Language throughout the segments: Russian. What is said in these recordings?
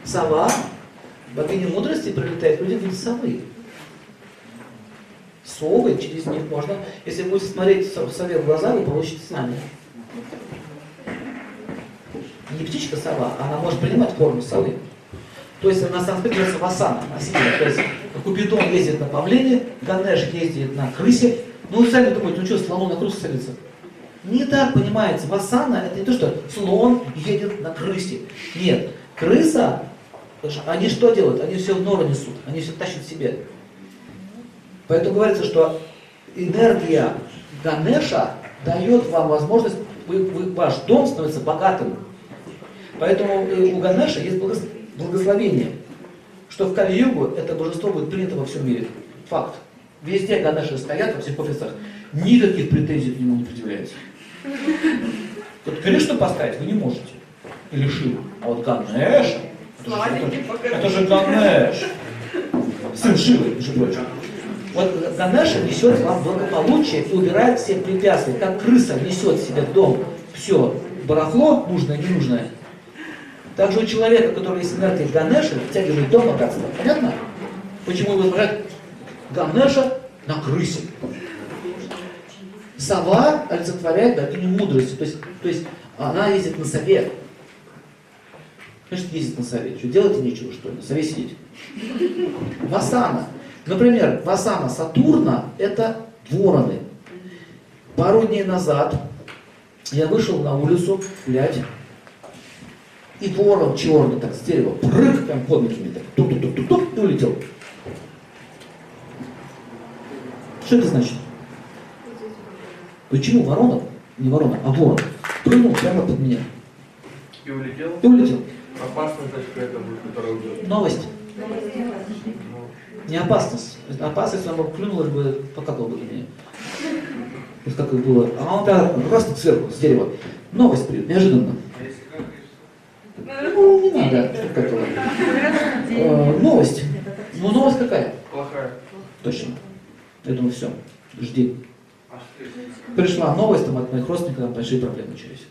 Сова, богиня мудрости, прилетает, люди видят совы. Совы, через них можно, если вы будете смотреть сове в глаза, вы получите знания. Не птичка сова, она может принимать форму совы. То есть на санскрите называется васана, носитель. То есть Купидон ездит на павлине, Ганеш ездит на крысе. Ну вы сами думаете, ну что, слону на крысу садится? Не так понимается. Васана это не то, что слон едет на крысе. Нет, крыса, они что делают? Они все в нору несут, они все тащат в себе. Поэтому говорится, что энергия Ганеша дает вам возможность, ваш дом становится богатым. Поэтому у Ганеша есть благословение, что в Кали-югу это божество будет принято во всем мире. Факт. Везде Ганеши стоят, во всех офисах, никаких претензий к нему не предъявляется. Вот Кришну поставить вы не можете. Или Шиву. А вот Ганеш, это же Ганеш. Сын Шивы, между прочим. Вот Ганеша несет вам благополучие и убирает все препятствия. Как крыса несет себе в дом все барахло, нужное, ненужное. Также у человека, у которого есть энергия Ганеша, втягивает дом богатства. Понятно? Почему его изображают Ганеша на крысе? Сова олицетворяет богиню мудрости. То есть она ездит на сове. Конечно, ездит на сове. Что, делать нечего, что ли? На сове сидеть. Васана. Например, Васана Сатурна – это вороны. Пару дней назад я вышел на улицу гулять, и ворон черный так с дерева, прыг, прям под ноги, так, тук-тук-тук-тук, и улетел. Что это значит? Почему ворона, не ворона, а ворон, прыгнул прямо под меня? И улетел? И улетел. Опасность какая-то будет, которая уйдет. Новость. Не опасность. Опасность, она бы клюнулась бы, покакала бы на меня. Вот как и было. А он так просто сверху, с дерева. Новость придет, неожиданно. Ну, не надо. Новость. Ну, новость какая? Плохая. Точно. Я думаю, все, жди. Пришла новость, там от моих родственников там большие проблемы начались.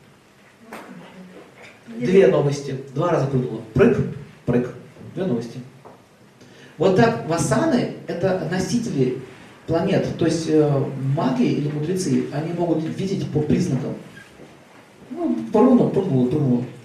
Две новости. 2 раза прыгнула. Прыг, прыг. 2 новости. Вот так васаны – это носители планет. То есть маги или мудрецы, они могут видеть по признакам. Ну, прыгнула.